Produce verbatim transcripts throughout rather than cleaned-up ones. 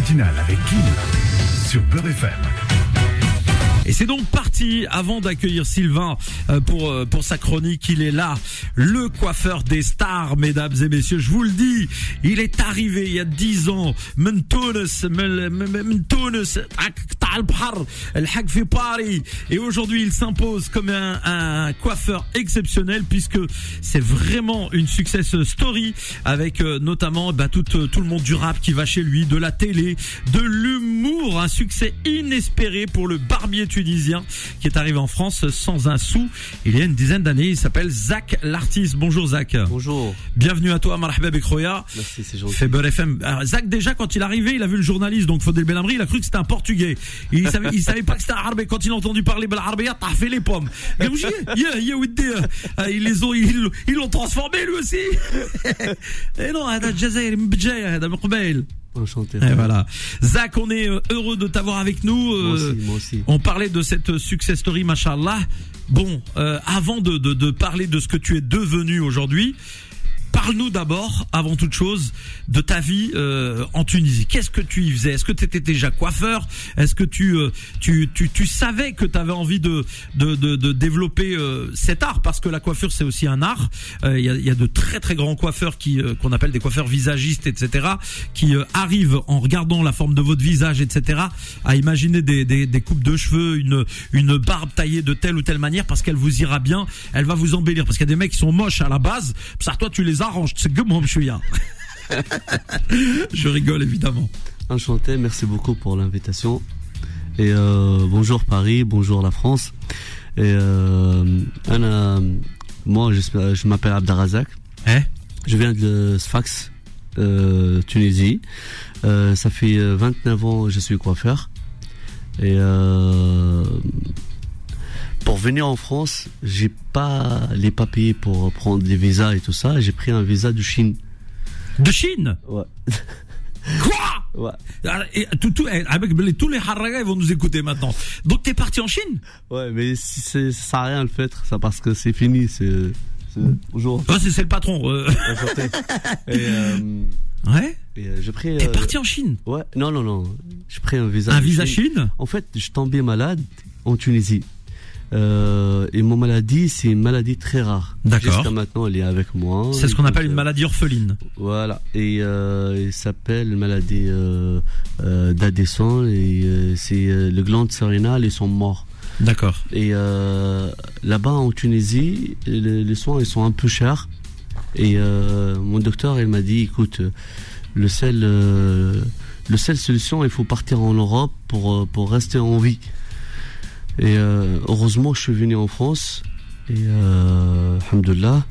matinale avec Kim sur Beurre F M. Et c'est donc parti avant d'accueillir Sylvain euh, pour euh, pour sa chronique. Il est là, le coiffeur des stars, mesdames et messieurs. Je vous le dis, il est arrivé il y a dix ans. Paris. Et aujourd'hui, il s'impose comme un, un coiffeur exceptionnel puisque c'est vraiment une success story avec euh, notamment bah, tout tout le monde du rap qui va chez lui, de la télé, de l'humour, un succès inespéré pour le barbier tunisien qui est arrivé en France sans un sou il y a une dizaine d'années. Il s'appelle Zach l'artiste. Bonjour Zach. Bonjour. Bienvenue à toi, marhaba bek khoya. Merci, c'est gentil. Fait Beurre F M. Alors, Zach, déjà quand il est arrivé, il a vu le journaliste donc Fodel Benamri, il a cru que c'était un portugais. Il savait il savait pas que c'était un arabe. Quand il a entendu parler بالعربية t'as fait les pommes. Mais oui, yeah, yeah, oui, ils les ont ils ils l'ont transformé lui aussi. Et non, هذا الجزائري من بجاية هذا من قبيل. Enchanté. Et voilà. Zach, on est heureux de t'avoir avec nous. Moi aussi, moi aussi. On parlait de cette success story, machallah. Bon, euh, avant de, de, de parler de ce que tu es devenu aujourd'hui, parle-nous d'abord, avant toute chose, de ta vie euh, en Tunisie. Qu'est-ce que tu y faisais? Est-ce que tu étais déjà coiffeur? Est-ce que tu, euh, tu tu tu savais que tu avais envie de de de, de développer euh, cet art? Parce que la coiffure c'est aussi un art. Il euh, y a il y a de très très grands coiffeurs qui euh, qu'on appelle des coiffeurs visagistes, et cetera, qui euh, arrivent en regardant la forme de votre visage, et cetera, à imaginer des des des coupes de cheveux, une une barbe taillée de telle ou telle manière parce qu'elle vous ira bien, elle va vous embellir. Parce qu'il y a des mecs qui sont moches à la base, ça toi tu les arranges. Je rigole évidemment. Enchanté, merci beaucoup pour l'invitation. Et euh, bonjour Paris, bonjour la France. Et euh, Anna, moi je, je m'appelle Abdarazak. Eh je viens de Sfax, euh, Tunisie. Euh, ça fait vingt-neuf ans que je suis coiffeur. Et euh, pour venir en France, j'ai pas les papiers pour prendre des visas et tout ça. J'ai pris un visa de Chine. De Chine? Ouais. Quoi? Ouais. Et tout, tout, avec tous les haragas vont nous écouter maintenant. Donc t'es parti en Chine? Ouais, mais si c'est, ça sert à rien de le faire, ça parce que c'est fini, c'est, c'est aujourd'hui. Oh, c'est, c'est le patron. Euh. Et, euh, ouais. Et euh, j'ai pris. T'es euh, parti en Chine? Ouais. Non, non, non. J'ai pris un visa. Un visa Chine. Chine En fait, je tombais malade en Tunisie. Euh, et mon maladie, c'est une maladie très rare. D'accord. Jusqu'à maintenant, elle est avec moi. C'est ce qu'on appelle une maladie orpheline. Voilà. Et euh, il s'appelle une maladie euh, euh, d'Addison. Et euh, c'est euh, le glande sérénale, ils sont morts. D'accord. Et euh, là-bas en Tunisie, les, les soins ils sont un peu chers. Et euh, mon docteur, il m'a dit, écoute, le seul, euh, le seule solution, il faut partir en Europe pour pour rester en vie. Et euh, heureusement, je suis venu en France. Et euh, alhamdoulilah,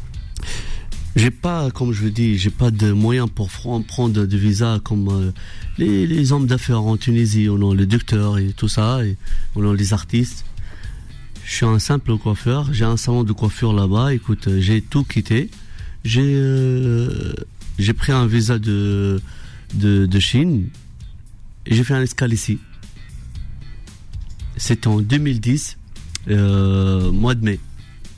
j'ai pas, comme je le dis, j'ai pas de moyens pour prendre de visa comme euh, les, les hommes d'affaires en Tunisie, on a les docteurs et tout ça, et on a les artistes. Je suis un simple coiffeur, j'ai un salon de coiffure là-bas. Écoute, j'ai tout quitté. J'ai euh, j'ai pris un visa de de, de Chine et j'ai fait un escale ici. C'était en deux mille dix, euh, mois de mai.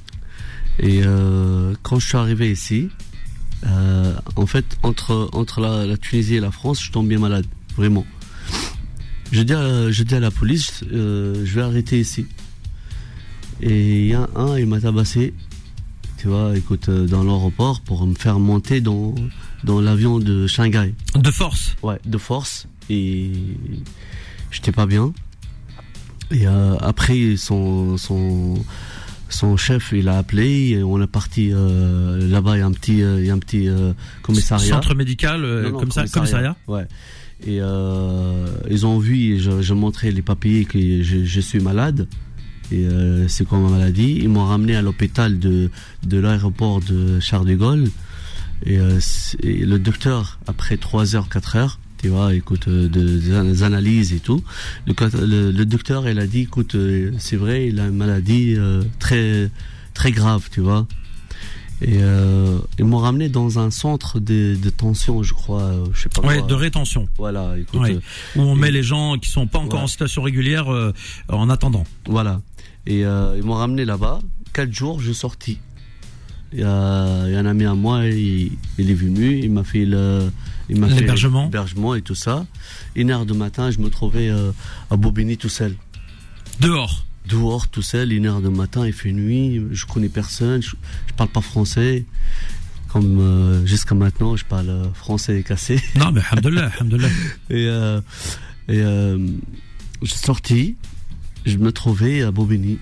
Et euh, quand je suis arrivé ici, euh, en fait, entre entre la, la Tunisie et la France, je suis tombé malade, vraiment. Je dis à, je dis à la police, euh, je vais arrêter ici. Et il y a un, il m'a tabassé, tu vois, écoute, dans l'aéroport pour me faire monter dans dans l'avion de Shanghai. De force. Ouais, de force. Et j'étais pas bien. Et euh, après, son, son, son chef, il a appelé, et on est parti euh, là-bas, il y a un petit, euh, il y a un petit euh, commissariat. Centre médical, euh, non, non, comme ça, commissariat. Ouais. Et euh, ils ont vu, et je, je montrais les papiers que je, je suis malade. Et euh, c'est quoi ma maladie. Ils m'ont ramené à l'hôpital de, de l'aéroport de Charles de Gaulle. Et, euh, et le docteur, après trois heures, quatre heures, tu vois, écoute, de, des analyses et tout. Le, le, le docteur, il a dit, écoute, c'est vrai, il a une maladie euh, très, très grave, tu vois. Et euh, ils m'ont ramené dans un centre de, de tension, je crois, je sais pas. Ouais, quoi. de rétention. Voilà, écoute. Ouais. Où on et, met les gens qui sont pas encore ouais. en situation régulière euh, en attendant. Voilà. Et euh, ils m'ont ramené là-bas. Quatre jours, je sortis. il y a, il y a un ami à moi, il, il est venu, il m'a fait le, il m'a fait l'hébergement. l'hébergement et tout ça. Une heure du matin, je me trouvais euh, à Bobigny tout seul. Dehors. Dehors tout seul, une heure du matin, il fait nuit, je connais personne, je, je parle pas français. Comme euh, jusqu'à maintenant, je parle français cassé. Non, mais alhamdoulilah, alhamdoulilah. Et, euh, et euh, je suis sorti, je me trouvais à Bobigny.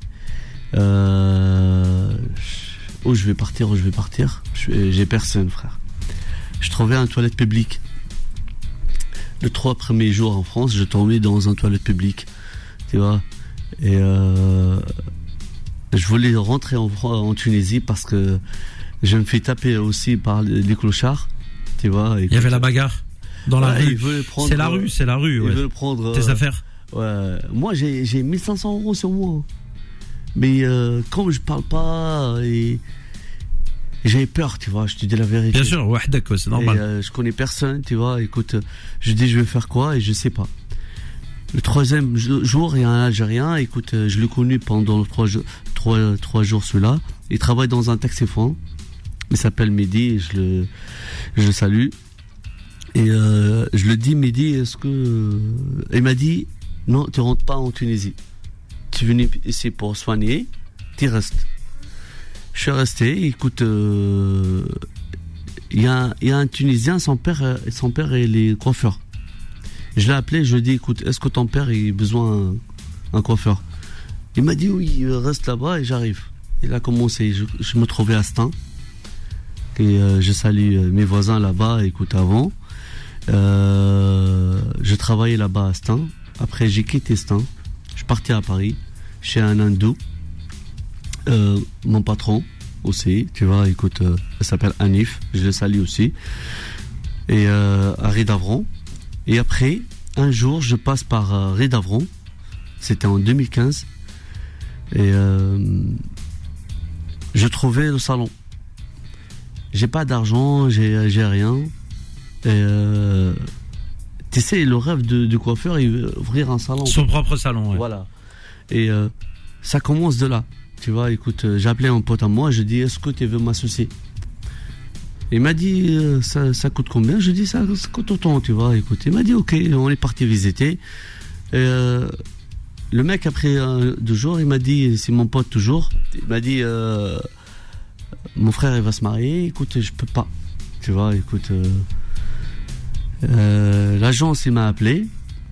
Euh, où je vais partir, où je vais partir. Je, j'ai personne, frère. Je trouvais un toilette publique. Les trois premiers jours en France, je tombais dans un toilette publique. Tu vois. Et euh, je voulais rentrer en, en Tunisie parce que je me fais taper aussi par les clochards. Tu vois. Il y avait la bagarre dans la ouais, rue. Prendre, c'est la rue, c'est la rue. Ils Ouais. veulent prendre tes euh, affaires. Ouais. Moi, j'ai, j'ai mille cinq cents euros sur moi. Mais euh, comme je parle pas, et, et j'avais peur, tu vois, je te dis la vérité. Bien sûr, ouais, d'accord, c'est normal. Et, euh, je connais personne, tu vois. Écoute, je dis je vais faire quoi et je sais pas. Le troisième jour, il y a un Algérien. Écoute, je l'ai connu pendant trois jours, trois, trois jours celui-là. Il travaille dans un taxi-phone. Il s'appelle Mehdi. Je le, je le salue. Et euh, je le dis, Mehdi, est-ce que il m'a dit non, tu rentres pas en Tunisie. Tu es venu ici pour soigner, tu restes. Je suis resté. Écoute, il euh, y a, y a un Tunisien, son père, son père il est coiffeur. Je l'ai appelé, je lui ai dit, écoute, est-ce que ton père il a besoin d'un coiffeur? Il m'a dit oui, reste là-bas et j'arrive. Il a commencé, je, je me trouvais à Stein. Et euh, je salue mes voisins là-bas, écoute, avant. Euh, je travaillais là-bas à Stein. Après, j'ai quitté Stein. Je suis parti à Paris, chez un hindou. Euh, mon patron aussi, tu vois, écoute, euh, il s'appelle Hanif, je le salue aussi. Et euh, à Redavron. Et après, un jour, je passe par euh, Redavron. C'était en deux mille quinze. Et euh, je trouvais le salon. J'ai pas d'argent, j'ai, j'ai rien. Et euh, tu sais, le rêve de, de coiffeur, il veut ouvrir un salon. Son propre salon, ouais. Voilà. Et euh, ça commence de là. Tu vois, écoute, euh, j'ai appelé un pote à moi, je dis, est-ce que tu veux m'associer? Il m'a dit, euh, ça, ça coûte combien? Je dis, ça, ça coûte autant, tu vois, écoute. Il m'a dit, ok, on est parti visiter. Et, euh, le mec, après euh, deux jours, il m'a dit, c'est mon pote toujours, il m'a dit, euh, mon frère, il va se marier, écoute, je peux pas. Tu vois, écoute, euh, euh, l'agence, il m'a appelé.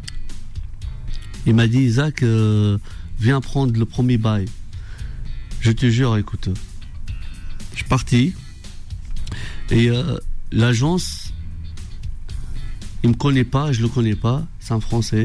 Il m'a dit, Isaac, euh, viens prendre le premier bail. Je te jure, écoute. Je suis parti. Et euh, l'agence, il me connaît pas, je le connais pas. C'est un Français.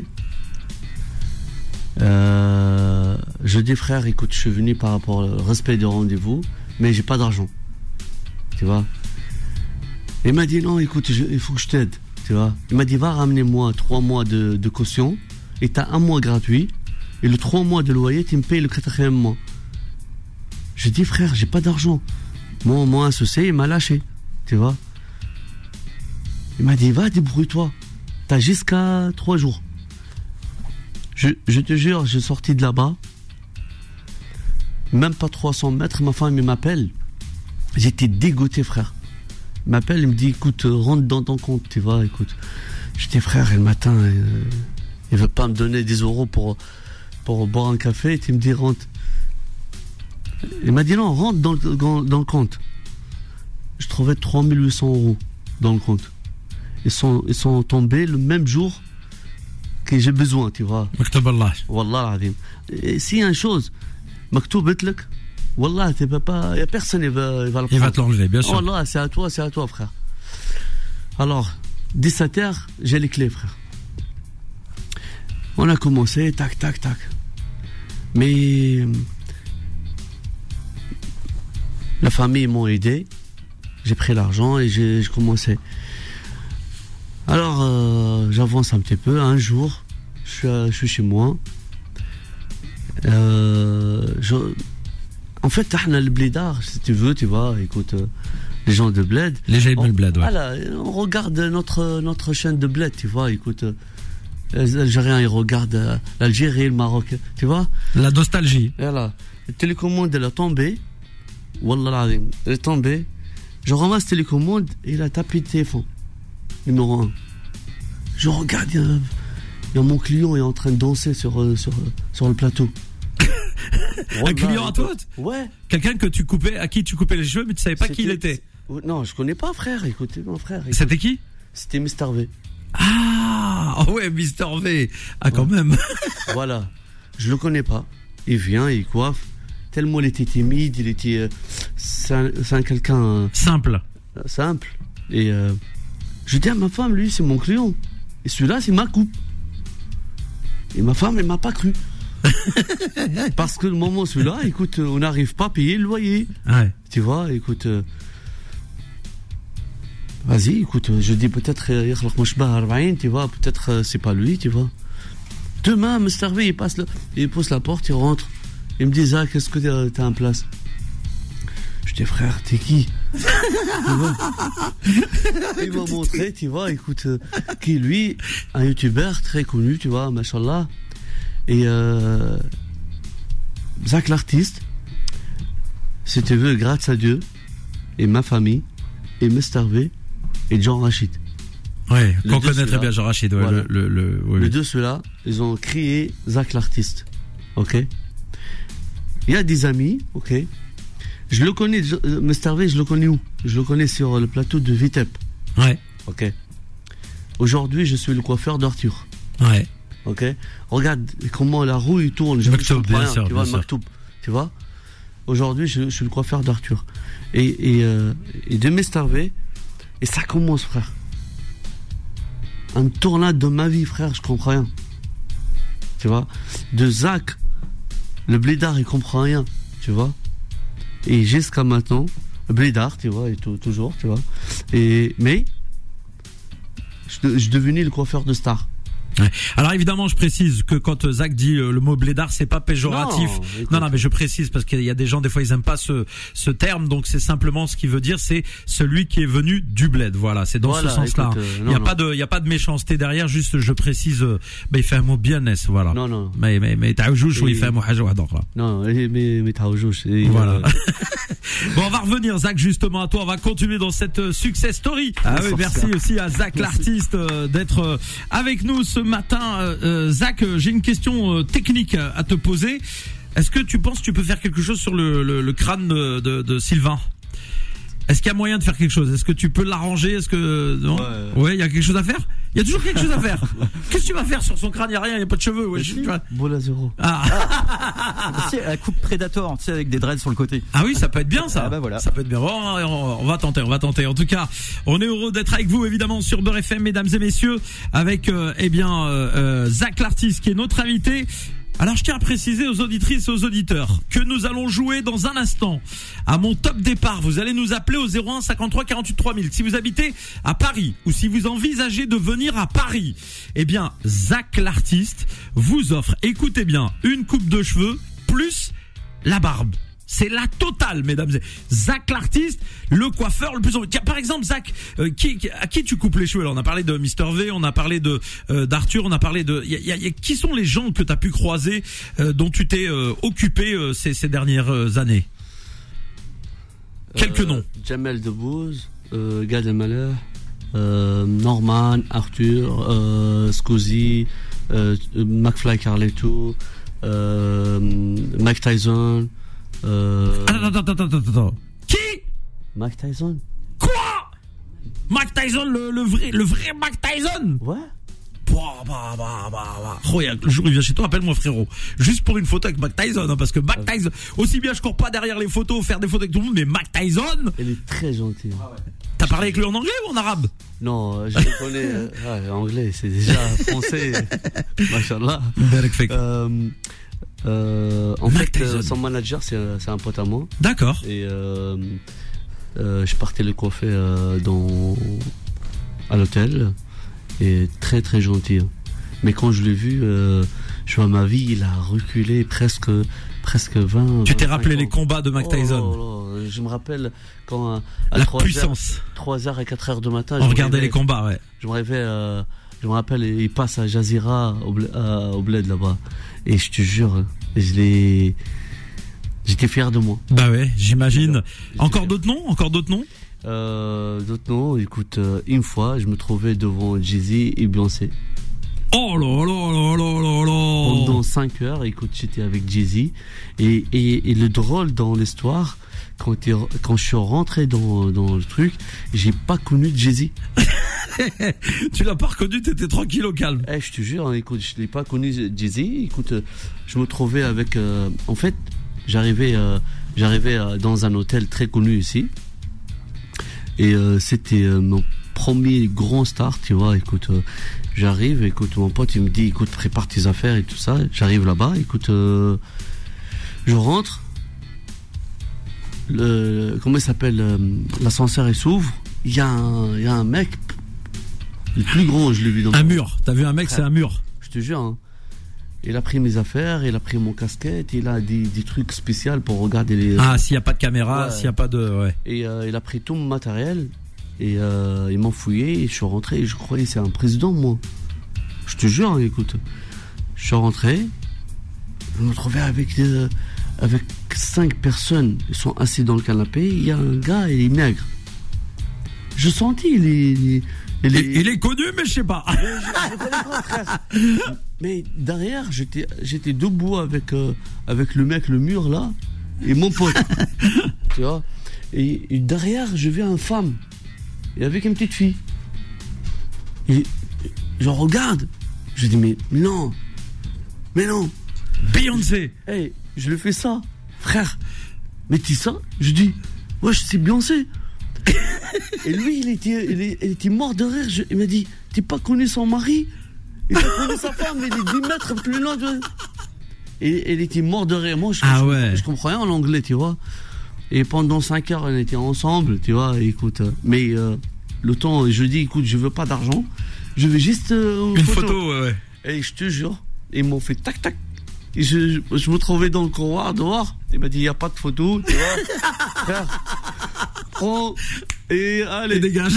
Euh, je dis, frère, écoute, je suis venu par rapport au respect du rendez-vous, mais j'ai pas d'argent. Tu vois. Il m'a dit, non, écoute, je, il faut que je t'aide. Tu vois. Il m'a dit, va ramener moi trois mois de, de caution. Et t'as un mois gratuit. Et le trois mois de loyer, tu me payes le quatrième mois. J'ai dit, frère, j'ai pas d'argent. Moi, mon associé, il m'a lâché. Tu vois. Il m'a dit, va, débrouille-toi. T'as jusqu'à trois jours. Je, je te jure, j'ai sorti de là-bas. Même pas trois cents mètres, ma femme, il m'appelle. J'étais dégoûté, frère. Il m'appelle, il me dit, écoute, rentre dans ton compte, tu vois, écoute. J'étais, frère, et le matin, euh, il veut pas me donner dix euros pour, pour boire un café, et tu me dis, rentre. Il m'a dit, non, rentre dans, dans, dans le compte. Je trouvais trois mille huit cents euros dans le compte. Ils sont, ils sont tombés le même jour que j'ai besoin, tu vois. Maktab Allah. Wallah adim. Et s'il y a une chose, Maktoub etlek, Wallah, tu peux pas, il y a personne qui va, il va le prendre. Il va te l'enlever, bien sûr. Wallah, c'est à toi, c'est à toi, frère. Alors, dix-sept heures, j'ai les clés, frère. On a commencé, tac, tac, tac. Mais la famille m'ont aidé. J'ai pris l'argent et j'ai, j'ai commencé. Alors, euh, j'avance un petit peu. Un jour, je suis, à, je suis chez moi. Euh, je, en fait, on a le blédard, si tu veux, tu vois. Écoute, euh, les gens de bled. Les gens de bled, ouais. Voilà, on regarde notre, notre chaîne de bled, tu vois. Écoute, euh, les Algériens, ils regardent euh, l'Algérie, le Maroc, tu vois. La nostalgie. Voilà. La télécommande, elle a tombé. Wallah l'azim. Il est tombé. Je ramasse le télécommande et il a tapé le téléphone. Numéro un. Je regarde, il y a, il y a mon client est en train de danser sur, euh, sur, euh, sur le plateau. Un client à toi? Ouais. Quelqu'un que tu coupais, à qui tu coupais les cheveux, mais tu savais pas C'était, qui il était? Non, je connais pas, frère. Écoutez, mon frère. Écoute. C'était qui? C'était mister V. Ah, oh ouais, mister V. Ah, quand ouais. Même. Voilà. Je le connais pas. Il vient, il coiffe. Tellement il était timide, il était. Euh, c'est, un, c'est un quelqu'un. Euh, simple. Euh, simple. Et euh, je dis à ma femme, lui, c'est mon client. Et celui-là, c'est ma coupe. Et ma femme, elle m'a pas cru. Parce que le moment celui-là, écoute, on n'arrive pas à payer le loyer. Ouais. Tu vois, écoute. Euh, vas-y, écoute, je dis peut-être, tu vois, peut-être euh, c'est pas lui, tu vois. Demain, mister V, il passe, le, il pousse la porte, il rentre. Il me dit, Zach, est-ce que t'es, t'es en place? Je dis, frère, t'es qui? Il m'a montré, tu vois, écoute, euh, qui lui, un youtubeur très connu, tu vois, machallah. Et euh, Zach l'artiste, si tu veux, grâce à Dieu, et ma famille, et mister V, et Jean Rachid. Ouais, les qu'on connaît très bien Jean Rachid. Ouais, voilà. le, le, le, oui, les oui. deux, ceux-là, ils ont créé Zach l'artiste. Ok? Il y a des amis, ok? Je le connais, mister V, je le connais où? Je le connais sur le plateau de Vitep. Ouais. Ok. Aujourd'hui, je suis le coiffeur d'Arthur. Ouais. Ok. Regarde comment la roue il tourne. Je Maktoub, bien rien, sûr, tu bien vois, sûr. Maktoub, tu vois. Aujourd'hui, je, je suis le coiffeur d'Arthur. Et, et, euh, et de mister V, et ça commence, frère. Un tournade de ma vie, frère, je comprends rien. Tu vois. De Zach, le blédard, il comprend rien, tu vois. Et jusqu'à maintenant, le blédard, tu vois, et tout, toujours, tu vois. Et, mais, je, je suis devenu le coiffeur de star. Ouais. Alors évidemment, je précise que quand Zach dit le mot blédard, c'est pas péjoratif. Non, écoute, non, non, mais je précise parce qu'il y a des gens, des fois, ils aiment pas ce ce terme. Donc c'est simplement ce qui veut dire, c'est celui qui est venu du bled. Voilà, c'est dans voilà, ce sens-là. Écoute, euh, il y a non. pas de, il y a pas de méchanceté derrière. Juste, je précise. Euh, bah, il fait un mot bien, Ness. Voilà. Non, non. Mais mais mais t'as joué ou il fait un mot haja donc là. Non, mais mais t'as joué. Voilà. Euh... Bon, on va revenir, Zach, justement à toi. On va continuer dans cette success story. Ah oui, merci aussi à Zach l'artiste euh, d'être euh, avec nous ce matin. Euh, Euh, Zach, j'ai une question euh, technique à te poser. Est-ce que tu penses que tu peux faire quelque chose sur le, le, le crâne de, de, de Sylvain? Est-ce qu'il y a moyen de faire quelque chose? Est-ce que tu peux l'arranger? Est-ce que non? Ouais, ouais, il y a quelque chose à faire. Il y a toujours quelque chose à faire. Qu'est-ce que tu vas faire sur son crâne? Il y a rien, il y a pas de cheveux. Ouais, tu vois. Bola zéro. Ah. C'est la coupe Predator, tu sais, avec des dreads sur le côté. Ah oui, ça peut être bien ça. Ah bah voilà. Ça peut être bien. Bon, on, on va tenter, on va tenter. En tout cas, on est heureux d'être avec vous évidemment sur Beurre F M, mesdames et messieurs, avec euh, eh bien euh, euh, Zach l'artiste qui est notre invité. Alors je tiens à préciser aux auditrices et aux auditeurs que nous allons jouer dans un instant à mon top départ. Vous allez nous appeler au zéro un cinquante-trois quarante-huit trois mille. Si vous habitez à Paris ou si vous envisagez de venir à Paris, eh bien Zach l'artiste vous offre, écoutez bien, une coupe de cheveux plus la barbe. C'est la totale, mesdames et Zach l'artiste, le coiffeur le plus en... Par exemple, Zach, euh, qui, qui, à qui tu coupes les cheveux? Là, on a parlé de mister V, on a parlé de euh, d'Arthur, on a parlé de... Y a, y a, y a, qui sont les gens que tu as pu croiser, euh, dont tu t'es euh, occupé euh, ces, ces dernières euh, années? Quelques euh, noms. Jamel Debbouze, euh, Gad Elmaleh, euh, Norman, Arthur, euh, Scusi, euh, McFly Carletto, euh, Mike Tyson... Euh... Attends, attends, attends, attends, attends. Qui? Mike Tyson. Quoi? Mike Tyson, le, le vrai, le vrai Mike Tyson? Ouais. Bah, bah, bah, bah, bah. Oh, le jour où il vient chez toi, appelle-moi frérot. Juste pour une photo avec Mike Tyson, hein, parce que Mike Tyson, aussi bien je cours pas derrière les photos, faire des photos avec tout le monde, mais Mike Tyson. Il est très gentil. Ah ouais. T'as parlé avec lui en anglais ou en arabe? Non, je le connais, euh, ouais, anglais, c'est déjà français. Machallah. Euh, Euh, en Mike fait, euh, son manager, c'est, c'est un pote à moi. D'accord. Et euh, euh, je partais le coiffer euh, dans, à l'hôtel. Et très très gentil. Mais quand je l'ai vu, euh, je vois ma vie, il a reculé presque, presque vingt. Tu t'es rappelé ans. Les combats de Mike Tyson? Oh, oh, oh, je me rappelle quand à, à la trois puissance. Heures, trois heures et quatre heures du matin. On regardait les combats, ouais. Je me rêvais. Euh, Je me rappelle, il passe à Jazeera au bled, à, au bled là-bas. Et je te jure, je l'ai, J'étais fier de moi. Bah ouais, j'imagine. J'étais Encore fier. d'autres noms, encore d'autres noms. Euh, d'autres noms, écoute, euh, une fois, je me trouvais devant Jay-Z et Beyoncé. Oh là là là là là là. Pendant cinq heures, écoute, j'étais avec Jay-Z. Et, et, et le drôle dans l'histoire, quand, t'es- quand je suis rentré dans, dans le truc, j'ai pas connu Jay-Z. Tu l'as pas reconnu, t'étais tranquille au calme. Eh, je te jure, hein, écoute, je l'ai pas connu Jay-Z. Écoute, euh, je me trouvais avec. euh, en fait, j'arrivais, euh, j'arrivais euh, dans un hôtel très connu ici, et euh, c'était euh, mon premier grand star, tu vois. Écoute, euh, j'arrive, écoute, mon pote, il me dit, écoute, prépare tes affaires et tout ça. J'arrive là-bas, écoute, euh, je rentre. Le, comment il s'appelle euh, l'ascenseur il s'ouvre. Il y a un, il y a un mec, le plus gros, je l'ai vu dans Un mon- mur. T'as vu un mec, c'est un mur. je te jure, hein. Il a pris mes affaires, il a pris mon casquette, il a des, des trucs spéciaux pour regarder les. Ah, s'il y a pas de caméra, Ouais. s'il y a pas de, ouais. Et euh, il a pris tout mon matériel et euh, ils m'ont fouillé. Et je suis rentré et je croyais que c'est un président, moi. Je te jure, hein, écoute. Je suis rentré, je me trouvais avec euh, avec cinq personnes. Ils sont assis dans le canapé. Il y a un gars, il est maigre. Je sentis, il est, il est, il est- Il, il est connu, mais je sais pas. Je- je le connais pas, frère. Mais derrière, j'étais, j'étais debout avec, euh, avec le mec, le mur là, et mon pote. Tu vois. Et, et derrière, je vois une femme, et avec une petite fille. Et je regarde. Je dis, mais non, mais non. Beyoncé. Hey, je lui fais ça, frère. Mais tu ça? Je dis, ouais, c'est Beyoncé. Et lui, il était, il, est- il était mort de rire. Je- il m'a dit, t'es pas connu son mari? Il t'a connu sa femme, il est dix mètres plus loin. de- Et il était mort de rire. Moi, je, Ah je, ouais. je comprends rien en anglais, tu vois. Et pendant cinq heures, on était ensemble, tu vois. Écoute, euh, mais euh, le temps, je dis, écoute, je veux pas d'argent. Je veux juste euh, Une photo, ouais, ouais. Et je te jure, ils m'ont fait tac tac. Et je, je, je me trouvais dans le couloir dehors. Il m'a dit, il n'y a pas de photo, tu vois. Frère, prends et allez. Et dégage.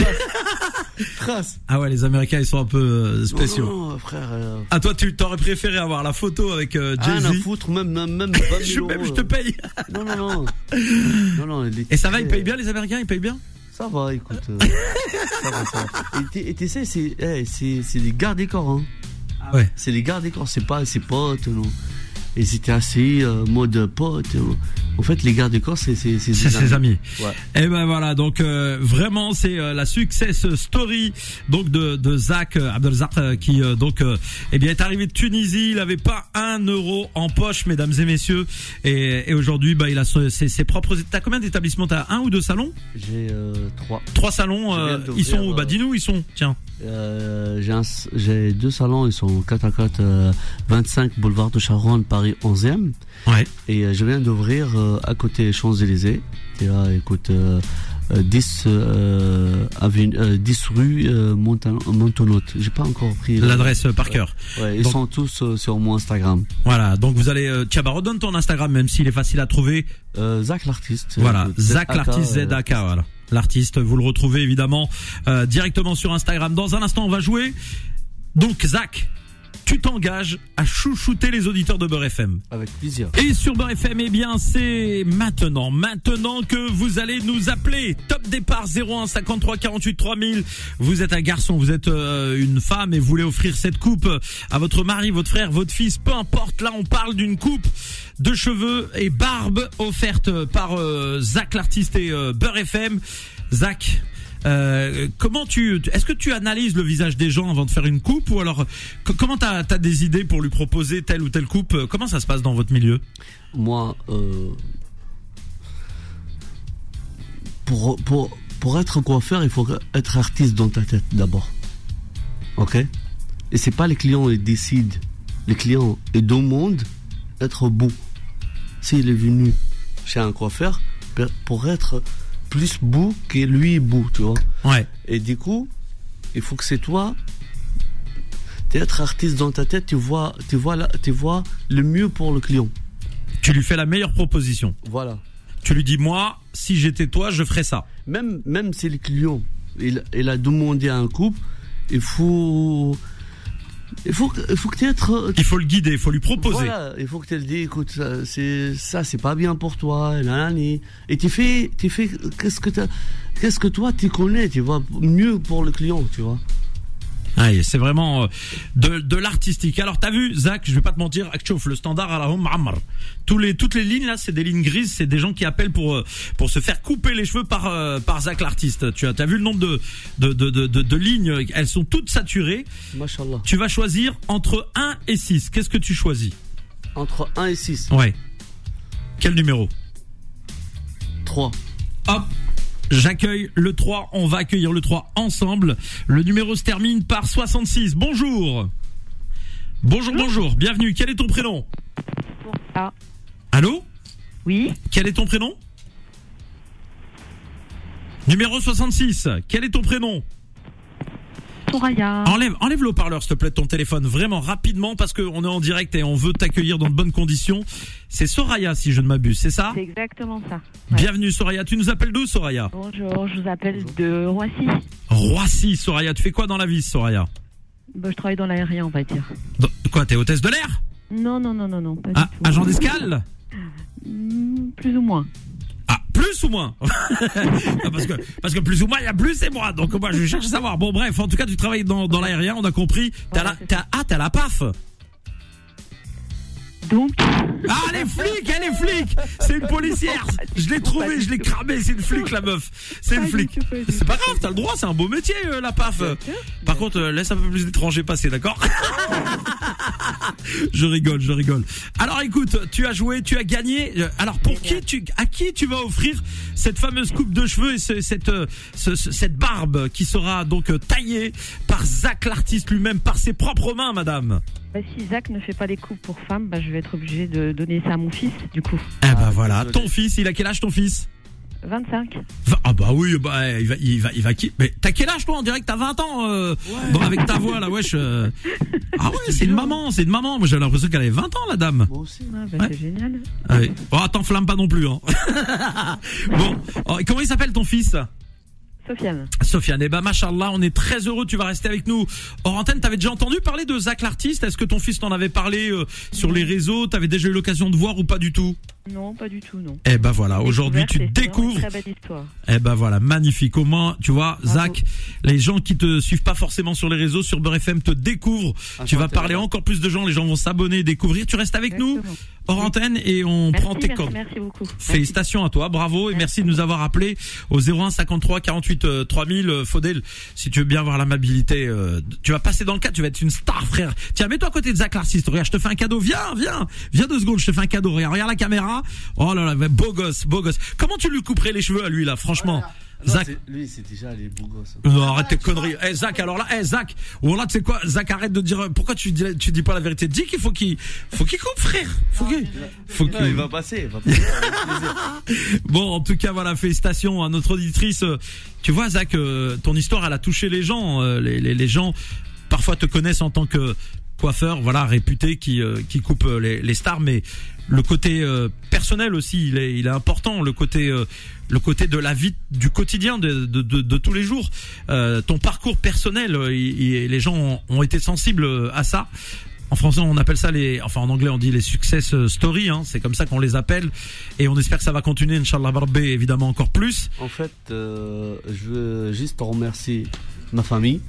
Trace. Ah ouais, les Américains, ils sont un peu euh, spéciaux. Non, non, frère. Euh, Ah, toi, tu t'aurais préféré avoir la photo avec euh, rien à Jay-Z. foutre, même, même, même vingt mille Je, euros, même, je euh. te paye. Non, non, non. non, non il était Et ça va, ils très- payent bien, les Américains, ils payent bien? Ça va, écoute. euh, ça va, ça va. Et t'es- Et tu sais, c'est, eh, c'est, c'est des gardes des corps, hein. Ah ouais. C'est les gardes des corps, c'est pas ses potes, non. Et c'était assez euh, mode pote. euh. En fait, les gardes des corps, c'est, c'est, c'est, C'est des ses amis. Ouais. Et ben voilà, donc euh, vraiment c'est euh, la success story donc de de Zach euh, Abdelzak euh, qui euh, donc euh, eh bien est arrivé de Tunisie, il avait pas un euro en poche, mesdames et messieurs, et, et aujourd'hui bah il a ses, ses, ses propres. T'as combien d'établissements? T'as un ou deux salons? J'ai euh, trois. Trois salons. Je viens euh, d'ouvrir, ils sont où? Bah euh, dis-nous où ils sont. Tiens. Euh, j'ai, un, j'ai deux salons, ils sont quatre à quatre, euh, vingt-cinq boulevard de Charonne, Paris onzième. Ouais. Et euh, je viens d'ouvrir euh, à côté Champs-Élysées. Et là, écoute, euh, euh, dix, euh, avenue, euh, dix rue euh, Montan- Montanotte. J'ai pas encore pris L'adresse euh, par cœur. Ouais, ils Donc- sont tous euh, sur mon Instagram. Voilà. Donc vous allez. Euh, tiens, bah redonne ton Instagram, même s'il est facile à trouver. Euh, Zach l'artiste. Voilà, Euh, Zach Z A K, l'artiste, euh, Z A K, voilà. L'artiste, vous le retrouvez évidemment euh, directement sur Instagram. Dans un instant, on va jouer. Donc Zach, tu t'engages à chouchouter les auditeurs de Beurre F M. Avec plaisir. Et sur Beurre F M, eh bien, c'est maintenant, maintenant que vous allez nous appeler. Top départ zéro un cinquante-trois quarante-huit trois mille. Vous êtes un garçon, vous êtes euh, une femme et vous voulez offrir cette coupe à votre mari, votre frère, votre fils, peu importe. Là, on parle d'une coupe de cheveux et barbe offerte par euh, Zach l'artiste et euh, Beurre F M. Zach, Euh, comment tu, est-ce que tu analyses le visage des gens avant de faire une coupe, ou alors c- comment t'as, t'as des idées pour lui proposer telle ou telle coupe? Comment ça se passe dans votre milieu? Moi, euh, pour, pour, pour être coiffeur, il faut être artiste dans ta tête d'abord. Ok? Et c'est pas les clients qui décident. Les clients ils demandent être beau. S'il est venu chez un coiffeur, pour être plus beau que lui est beau, tu vois. Ouais. Et du coup, il faut que c'est toi, tu être artiste dans ta tête, tu vois, tu vois, là, tu vois le mieux pour le client. Tu lui fais la meilleure proposition. Voilà. Tu lui dis, moi, si j'étais toi, je ferais ça. Même, même si le client, il, il a demandé un couple, il faut, Il faut que, il faut que tu être. Il faut le guider, il faut lui proposer. Voilà, il faut que tu le dis, écoute, ça, c'est, ça, c'est pas bien pour toi, nanani. Et tu fais, tu fais, qu'est-ce que t'as, qu'est-ce que toi, tu connais, tu vois, mieux pour le client, tu vois. Ouais, c'est vraiment euh, de, de l'artistique. Alors t'as vu, Zach, je vais pas te mentir, Akchouf, le standard à la home Ammar. Tous les toutes les lignes là, c'est des lignes grises, c'est des gens qui appellent pour euh, pour se faire couper les cheveux par euh, par Zach l'artiste. Tu as t'as vu le nombre de de, de de de de lignes, elles sont toutes saturées. Machallah. Tu vas choisir entre un et six. Qu'est-ce que tu choisis? Entre un et six. Ouais. Quel numéro? trois. Hop. J'accueille le trois, on va accueillir le trois ensemble. Le numéro se termine par soixante-six. Bonjour. Bonjour, bonjour, bienvenue. Quel est ton prénom? Ah. Allô? Oui. Quel est ton prénom? Numéro soixante-six, quel est ton prénom? Soraya. Enlève, enlève le haut-parleur, s'il te plaît, de ton téléphone, vraiment rapidement, parce qu'on est en direct et on veut t'accueillir dans de bonnes conditions. C'est Soraya, si je ne m'abuse, c'est ça? C'est exactement ça. Ouais. Bienvenue, Soraya. Tu nous appelles d'où, Soraya? Bonjour, je vous appelle de Roissy. Roissy, Soraya. Tu fais quoi dans la vie, Soraya? Bah, je travaille dans l'aérien, on va dire. Dans- Quoi, t'es hôtesse de l'air? Non, non, non, non, non, pas Ah, du tout. agent d'escale? Hmm, plus ou moins. Ah, plus ou moins? parce que parce que plus ou moins il y a plus et moins, donc moi je cherche à savoir. Bon bref, en tout cas tu travailles dans dans l'aérien, on a compris. T'as Voilà, la c'est t'as ah t'as la P A F. Donc. Ah, elle est flic, elle est flic. C'est une policière. Je l'ai trouvée, je l'ai cramée, c'est une flic la meuf. C'est une Pas flic. du tout, pas du C'est pas tout. grave, t'as le droit, c'est un beau métier euh, la P A F. Par contre, euh, laisse un peu plus d'étrangers passer, d'accord? Je rigole, je rigole. Alors écoute, tu as joué, tu as gagné. Alors pour qui tu, à qui tu vas offrir cette fameuse coupe de cheveux et ce- cette euh, ce- ce- cette barbe qui sera donc euh, taillée par Zach l'artiste lui-même, par ses propres mains, madame? Bah, si Zach ne fait pas les coupes pour femmes, bah, je vais être obligée de donner ça à mon fils, du coup. Eh ben Ah, voilà, désolé. ton fils, il a quel âge ton fils? vingt-cinq. Va- Ah bah oui, bah il va, il va, il va qui? Mais t'as quel âge toi? On dirait que t'as vingt ans euh, bon, avec ta voix là, wesh. euh. Ah ouais, c'est une maman, c'est une maman. Moi j'ai l'impression qu'elle avait vingt ans la dame. Moi aussi. Ah, bah, Ouais. c'est génial. Ah oui. Oh, t'enflamme pas non plus. Hein. Bon, oh, comment il s'appelle ton fils? Sofiane. Sofiane, eh ben machallah, on est très heureux, tu vas rester avec nous. Hors antenne, t'avais déjà entendu parler de Zach l'artiste? Est-ce que ton fils t'en avait parlé euh, sur les réseaux? T'avais déjà eu l'occasion de voir ou pas du tout? Non, pas du tout, non. Eh ben voilà, aujourd'hui tu Découverte, c'est vraiment découvres. une Très belle histoire. Eh ben voilà, magnifique. Au moins, tu vois, Bravo. Zach, les gens qui te suivent pas forcément sur les réseaux, sur Beurre F M, te découvrent. Ah, Tu c'est vas parler intéressant. encore plus de gens, les gens vont s'abonner, découvrir. Tu restes avec nous, Exactement. hors antenne, et on Merci, prend tes merci, cordes. merci beaucoup. Félicitations à toi, bravo, et merci de nous avoir appelés au zéro un cinquante-trois quarante-huit euh, trois mille. euh, Faudel, si tu veux bien avoir l'amabilité, euh, tu vas passer dans le cadre, tu vas être une star, frère. Tiens, mets-toi à côté de Zach l'artiste. Regarde, je te fais un cadeau. Viens, viens, viens deux secondes, je te fais un cadeau. Regarde, regarde la caméra. Oh là là, mais beau gosse, beau gosse. Comment tu lui couperais les cheveux à lui là, franchement? Non, Zach. c'est- lui, c'est déjà les beaux gosses. Non, arrête tes conneries. Eh Zach, alors là, eh Zach, ou là tu sais quoi, Zach, arrête de dire pourquoi tu dis tu dis pas la vérité. Dis qu'il faut qu'il faut qu'il coupe, frère. Faut qu'il faut Non, qu'il il va passer, il va passer avec plaisir. Bon, en tout cas, voilà, félicitations à notre auditrice. Euh, Tu vois, Zach, euh, ton histoire, elle a touché les gens. Euh, Les, les, les gens, parfois, te connaissent en tant que coiffeur, voilà, réputé, qui euh, qui coupe euh, les, les stars, mais le côté euh, personnel aussi, il est il est important. Le côté euh, le côté de la vie du quotidien de de de, de tous les jours. Euh, ton parcours personnel, euh, il- il- les gens ont, ont été sensibles euh, à ça. En français, on appelle ça les, enfin en anglais, on dit les success stories. Hein, c'est comme ça qu'on les appelle, et on espère que ça va continuer, Inch'Allah Rabbi, évidemment encore plus. En fait, euh, je veux juste remercier ma famille,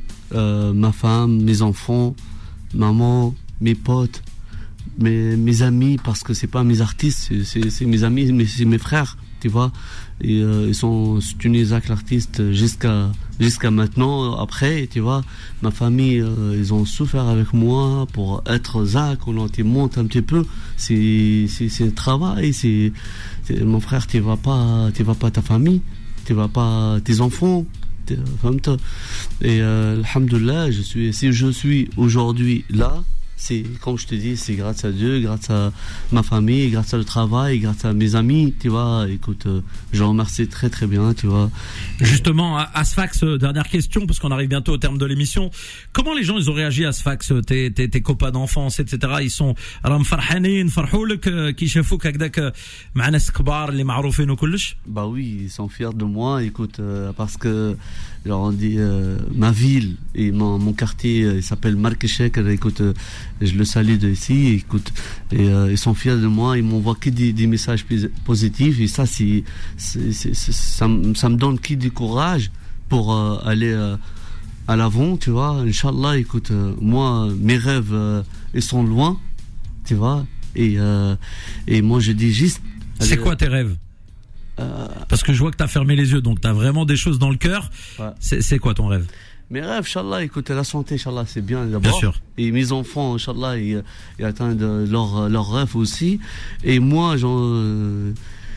euh, ma femme, mes enfants, maman, mes potes, mes, mes amis, parce que c'est pas mes artistes, c'est, c'est, c'est mes amis, mais c'est mes frères, tu vois. Et euh, ils sont soutenus Zach l'artiste jusqu'à jusqu'à maintenant. Après, tu vois, ma famille, euh, ils ont souffert avec moi pour être Zach. On te monte un petit peu. C'est c'est c'est un travail. C'est, c'est mon frère, tu vas pas, tu vas pas ta famille, tu vas pas tes enfants. t'es- فهمت. Et euh, alhamdoulilah, je suis si je suis aujourd'hui là, c'est, comme je te dis, c'est grâce à Dieu, grâce à ma famille, grâce à le travail, grâce à mes amis, tu vois. Écoute, euh, je remercie très très bien, tu vois. Justement, Asfax, dernière question, parce qu'on arrive bientôt au terme de l'émission. Comment les gens, ils ont réagi à Asfax, tes, tes, tes copains d'enfance, et cetera. Ils sont, alors, فرحانين, فرحولك, كي شافوك هكذاك مع ناس كبار اللي معروفين وكلش. Bah oui, ils sont fiers de moi, écoute, euh, parce que, genre, on dit, euh, ma ville et mon, mon quartier, euh, il s'appelle Marrakech, écoute, euh, je le salue de ici, écoute, et euh, ils sont fiers de moi, ils m'envoient que des, des messages positifs, et ça, c'est, c'est, c'est, c'est ça, ça me donne que du courage pour euh, aller euh, à l'avant, tu vois. Inch'Allah, écoute, euh, moi, mes rêves, euh, ils sont loin, tu vois, et, euh, et moi, je dis juste... C'est allez, quoi tes rêves? euh, Parce que je vois que t'as fermé les yeux, donc t'as vraiment des choses dans le cœur. Ouais. C'est, c'est quoi ton rêve? Mes rêves, Inch'Allah, écoute, la santé, Inch'Allah, c'est bien d'abord. Bien sûr. Et mes enfants, Inch'Allah, ils, ils atteignent leurs leur rêves aussi. Et moi, j'en, euh,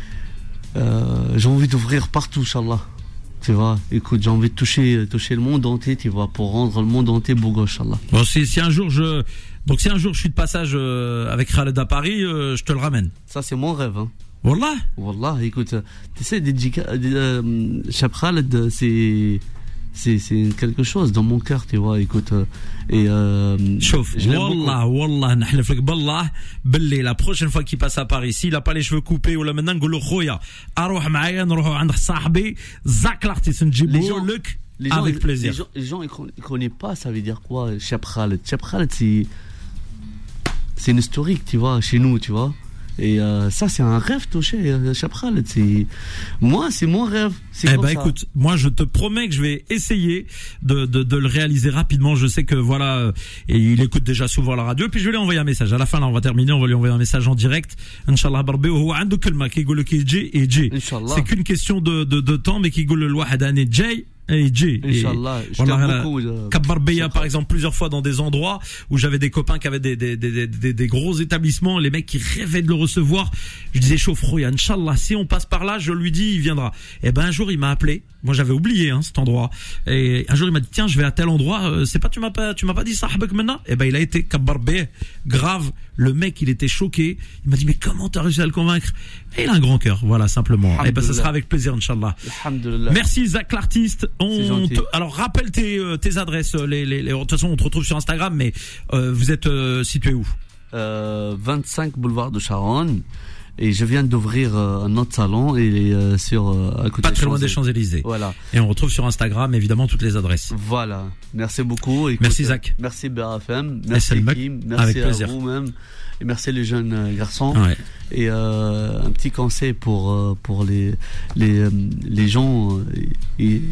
euh, j'ai envie d'ouvrir partout, Inch'Allah. Tu vois, écoute, j'ai envie de toucher, toucher le monde entier, tu vois, pour rendre le monde entier beau gosse, Inch'Allah. Bon, si, si un jour je, donc si un jour je suis de passage euh, avec Khaled à Paris, euh, je te le ramène. Ça, c'est mon rêve, hein. Wallah. Wallah, écoute, tu sais, des euh, Cheb Khaled, c'est, c'est, c'est quelque chose dans mon cœur, tu vois, écoute, et euh, شوف je l'aime والله والله نحلف لك بالله باللي la prochaine fois qu'il passe à Paris, s'il a pas les cheveux coupés ولا maintenant نقول له خويا اروح معايا نروحوا عند صاحبي زاك l'artiste نجيبوه لك avec les, plaisir. Les gens, les gens ils, ils connaissent pas, ça veut dire quoi, Cheb Khaled. Cheb Khaled, c'est, c'est une historique, tu vois, chez nous, tu vois. Et euh, ça, c'est un rêve touché, euh, Cheb Khaled. C'est, moi, c'est mon rêve. C'est Eh comme ben ça. écoute, moi je te promets que je vais essayer de, de, de le réaliser rapidement. Je sais que voilà, euh, et il écoute déjà souvent la radio. Et puis je vais lui envoyer un message. À la fin, là, on va terminer. On va lui envoyer un message en direct. Inch'Allah barbi وهو عنده كلمة كيقول لك يجي يجي. Inch'Allah. C'est qu'une question de de, de temps, mais كيقول الواحد أنا جاي يجي. Inch'Allah. Je Voilà, t'aime beaucoup. euh, Cap Barbeya, Cheb par exemple, plusieurs fois dans des endroits où j'avais des copains qui avaient des, des, des, des, des gros établissements, les mecs qui rêvaient de le recevoir. Je disais, chauffe, Inch'Allah, si on passe par là, je lui dis, il viendra. Et ben, un jour, il m'a appelé. Moi, j'avais oublié, hein, cet endroit. Et un jour, il m'a dit, tiens, je vais à tel endroit, euh, c'est pas, tu m'as pas, tu m'as pas dit Sahabak maintenant? Et ben, il a été Cap Barbeya. Grave. Le mec, il était choqué. Il m'a dit, mais comment t'as réussi à le convaincre? Et il a un grand cœur. Voilà, simplement. Et ben, ça sera avec plaisir, Inch'Allah. Alhamdulillah. Merci, Zach l'artiste. C'est On gentil. te, alors, rappelle tes, euh, tes adresses. Les, les, les, de toute façon, on te retrouve sur Instagram, mais, euh, vous êtes, euh, situé où? Euh, vingt-cinq boulevard de Charonne. Et je viens d'ouvrir euh, un autre salon et euh, sur euh, à côté Pas des très loin des Champs-Élysées. Champs-Élysées. Voilà. Et on retrouve sur Instagram, évidemment, toutes les adresses. Voilà. Merci beaucoup. Écoute, Merci, Zach. Merci B R F M. c'est Merci le mec. Kim. Avec Merci à plaisir. vous-même. Et merci les jeunes euh, garçons. Ouais. Et euh, un petit conseil pour euh, pour les les euh, les gens euh, et,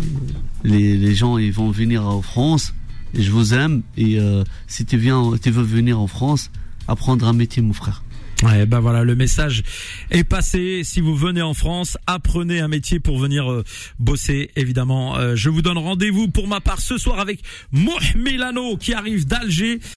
les les gens ils vont venir en France. Et je vous aime. Et euh, si tu viens, tu veux venir en France, apprendre un métier, mon frère. Ouais, ben voilà, le message est passé. Si vous venez en France, apprenez un métier pour venir euh, bosser, évidemment. Euh, je vous donne rendez-vous pour ma part ce soir avec Mouh Milano qui arrive d'Alger.